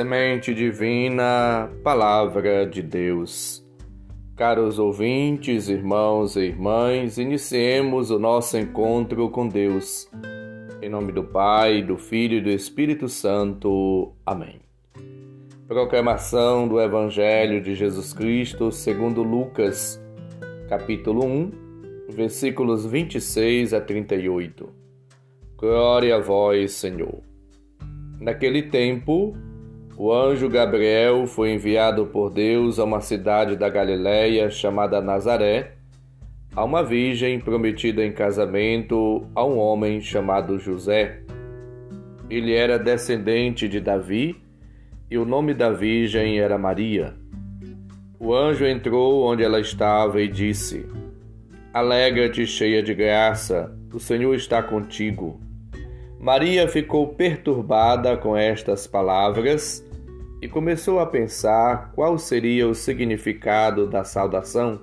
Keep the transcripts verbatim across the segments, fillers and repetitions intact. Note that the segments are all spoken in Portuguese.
Semente divina, Palavra de Deus. Caros ouvintes, irmãos e irmãs, iniciemos o nosso encontro com Deus. Em nome do Pai, do Filho e do Espírito Santo. Amém. Proclamação do Evangelho de Jesus Cristo segundo Lucas, capítulo um, versículos vinte e seis a trinta e oito. Glória a vós, Senhor. Naquele tempo, o anjo Gabriel foi enviado por Deus a uma cidade da Galiléia chamada Nazaré, a uma virgem prometida em casamento a um homem chamado José. Ele era descendente de Davi e o nome da virgem era Maria. O anjo entrou onde ela estava e disse: Alegra-te, cheia de graça, o Senhor está contigo. Maria ficou perturbada com estas palavras e começou a pensar qual seria o significado da saudação.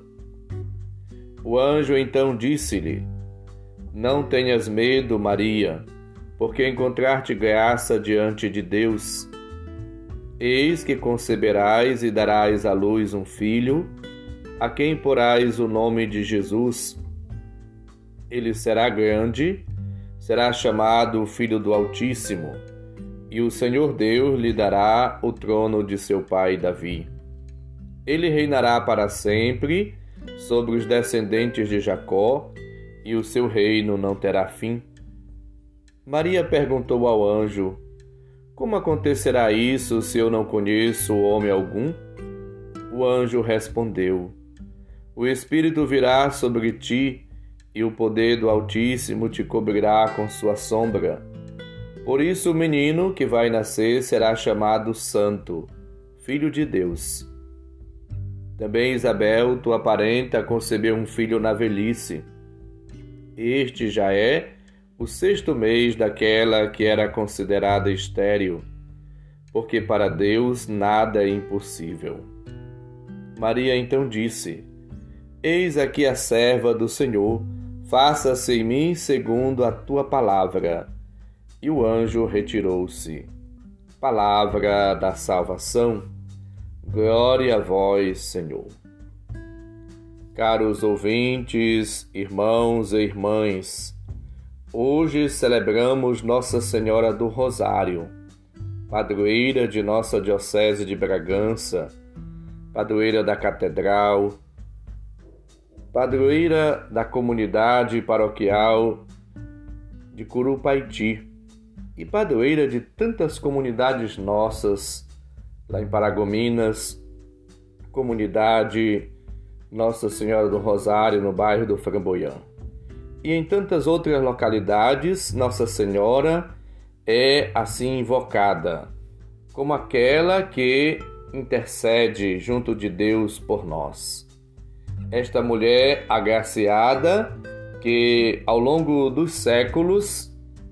O anjo então disse-lhe: Não tenhas medo, Maria, porque encontraste graça diante de Deus. Eis que conceberás e darás à luz um filho, a quem porás o nome de Jesus. Ele será grande, será chamado Filho do Altíssimo, e o Senhor Deus lhe dará o trono de seu pai Davi. Ele reinará para sempre sobre os descendentes de Jacó, e o seu reino não terá fim. Maria perguntou ao anjo: Como acontecerá isso se eu não conheço homem algum? O anjo respondeu: O Espírito virá sobre ti, e o poder do Altíssimo te cobrirá com sua sombra. Por isso o menino que vai nascer será chamado Santo, Filho de Deus. Também Isabel, tua parenta, concebeu um filho na velhice. Este já é o sexto mês daquela que era considerada estéril, porque para Deus nada é impossível. Maria então disse: Eis aqui a serva do Senhor, faça-se em mim segundo a tua palavra. E o anjo retirou-se. Palavra da salvação. Glória a vós, Senhor. Caros ouvintes, irmãos e irmãs, hoje celebramos Nossa Senhora do Rosário, padroeira de nossa Diocese de Bragança, padroeira da Catedral, padroeira da comunidade paroquial de Curupaiti e padroeira de tantas comunidades nossas, lá em Paragominas, comunidade Nossa Senhora do Rosário, no bairro do Framboyant. E em tantas outras localidades, Nossa Senhora é assim invocada, como aquela que intercede junto de Deus por nós. Esta mulher agraciada que ao longo dos séculos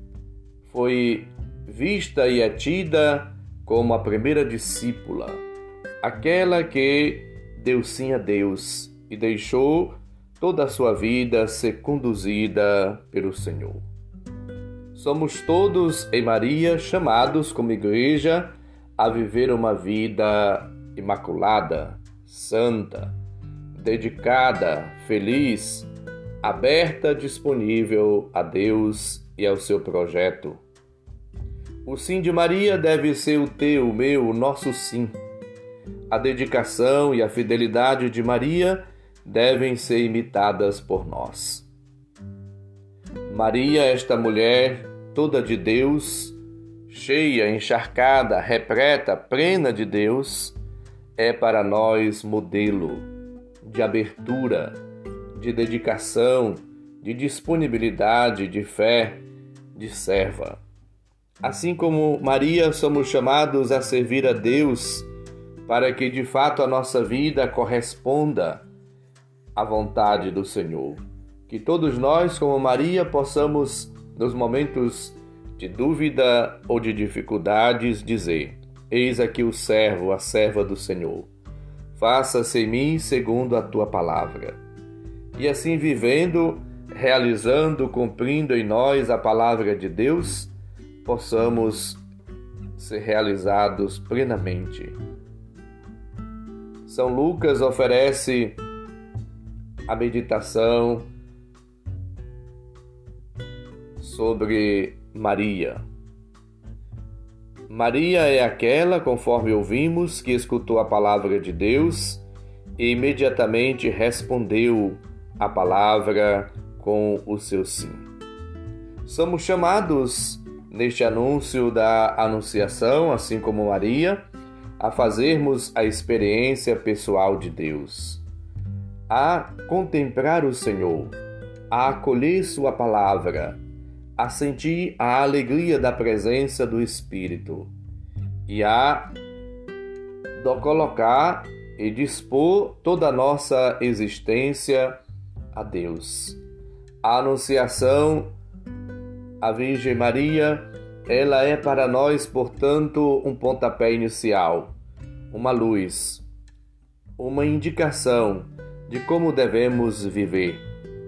foi vista e é tida como a primeira discípula, aquela que deu sim a Deus e deixou toda a sua vida ser conduzida pelo Senhor. Somos todos em Maria chamados como igreja a viver uma vida imaculada, santa, dedicada, feliz, aberta, disponível a Deus e ao seu projeto. O sim de Maria deve ser o teu, o meu, o nosso sim. A dedicação e a fidelidade de Maria devem ser imitadas por nós. Maria, esta mulher toda de Deus, cheia, encharcada, repleta, plena de Deus, é para nós modelo de abertura, de dedicação, de disponibilidade, de fé, de serva. Assim como Maria, somos chamados a servir a Deus para que de fato a nossa vida corresponda à vontade do Senhor. Que todos nós, como Maria, possamos, nos momentos de dúvida ou de dificuldades, dizer: Eis aqui o servo, a serva do Senhor. Faça-se em mim segundo a tua palavra. E assim vivendo, realizando, cumprindo em nós a palavra de Deus, possamos ser realizados plenamente. São Lucas oferece a meditação sobre Maria. Maria é aquela, conforme ouvimos, que escutou a palavra de Deus e imediatamente respondeu a palavra com o seu sim. Somos chamados, neste anúncio da Anunciação, assim como Maria, a fazermos a experiência pessoal de Deus, a contemplar o Senhor, a acolher sua palavra, a sentir a alegria da presença do Espírito e a colocar e dispor toda a nossa existência a Deus. A Anunciação, a Virgem Maria, ela é para nós, portanto, um pontapé inicial, uma luz, uma indicação de como devemos viver.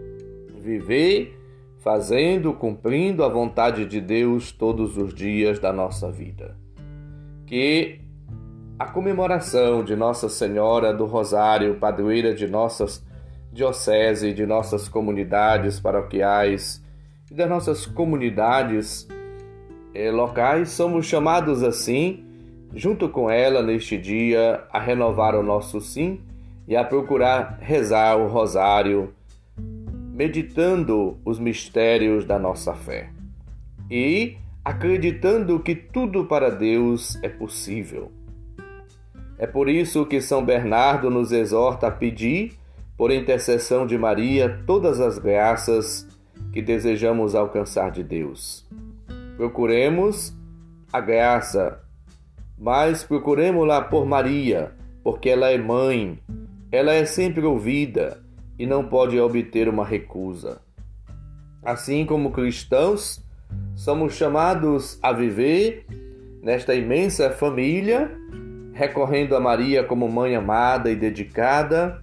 Viver fazendo, cumprindo a vontade de Deus todos os dias da nossa vida. Que a comemoração de Nossa Senhora do Rosário, padroeira de nossas dioceses, de nossas comunidades paroquiais e das nossas comunidades eh, locais, somos chamados assim, junto com ela neste dia, a renovar o nosso sim e a procurar rezar o rosário, meditando os mistérios da nossa fé e acreditando que tudo para Deus é possível. É por isso que São Bernardo nos exorta a pedir, por intercessão de Maria, todas as graças que desejamos alcançar de Deus. Procuremos a graça, mas procuremos-la por Maria, porque ela é mãe, ela é sempre ouvida e não pode obter uma recusa. Assim como cristãos, somos chamados a viver nesta imensa família, recorrendo a Maria como mãe amada e dedicada,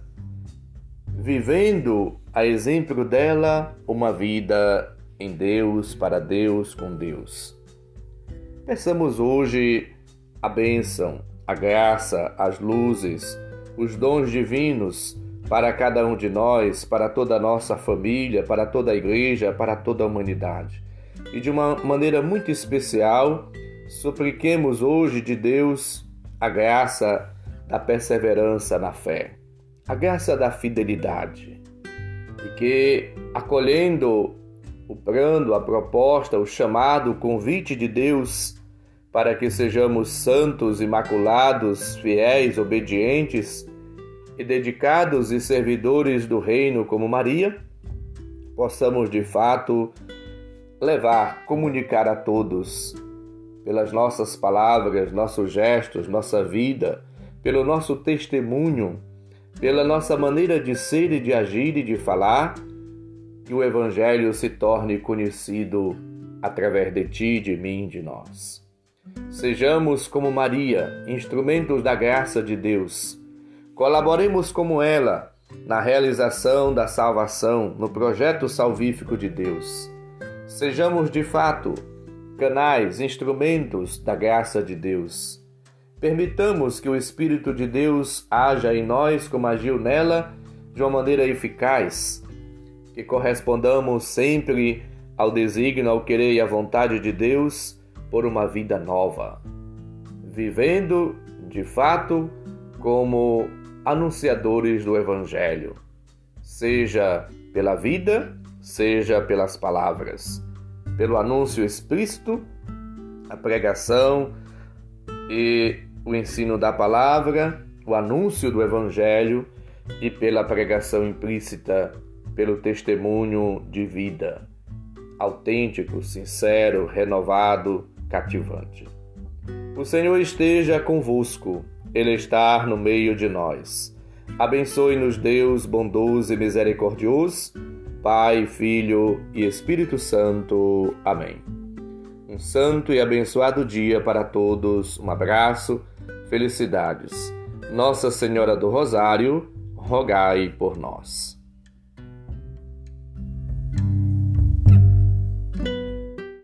vivendo, a exemplo dela, uma vida em Deus, para Deus, com Deus. Peçamos hoje a bênção, a graça, as luzes, os dons divinos para cada um de nós, para toda a nossa família, para toda a igreja, para toda a humanidade. E de uma maneira muito especial, supliquemos hoje de Deus a graça da perseverança na fé, a graça da fidelidade, e que, acolhendo o plano, a proposta, o chamado, o convite de Deus para que sejamos santos, imaculados, fiéis, obedientes e dedicados e servidores do reino como Maria, possamos de fato levar, comunicar a todos, pelas nossas palavras, nossos gestos, nossa vida, pelo nosso testemunho, pela nossa maneira de ser e de agir e de falar, que o Evangelho se torne conhecido através de ti, de mim, de nós. Sejamos como Maria, instrumentos da graça de Deus. Colaboremos como ela na realização da salvação, no projeto salvífico de Deus. Sejamos de fato canais, instrumentos da graça de Deus. Permitamos que o Espírito de Deus haja em nós como agiu nela de uma maneira eficaz, que correspondamos sempre ao desígnio, ao querer e à vontade de Deus por uma vida nova, vivendo de fato como anunciadores do Evangelho, seja pela vida, seja pelas palavras, pelo anúncio explícito, a pregação e o ensino da palavra, o anúncio do Evangelho e pela pregação implícita, pelo testemunho de vida, autêntico, sincero, renovado, cativante. O Senhor esteja convosco, Ele está no meio de nós. Abençoe-nos Deus bondoso e misericordioso, Pai, Filho e Espírito Santo. Amém. Um santo e abençoado dia para todos. Um abraço, felicidades. Nossa Senhora do Rosário, rogai por nós.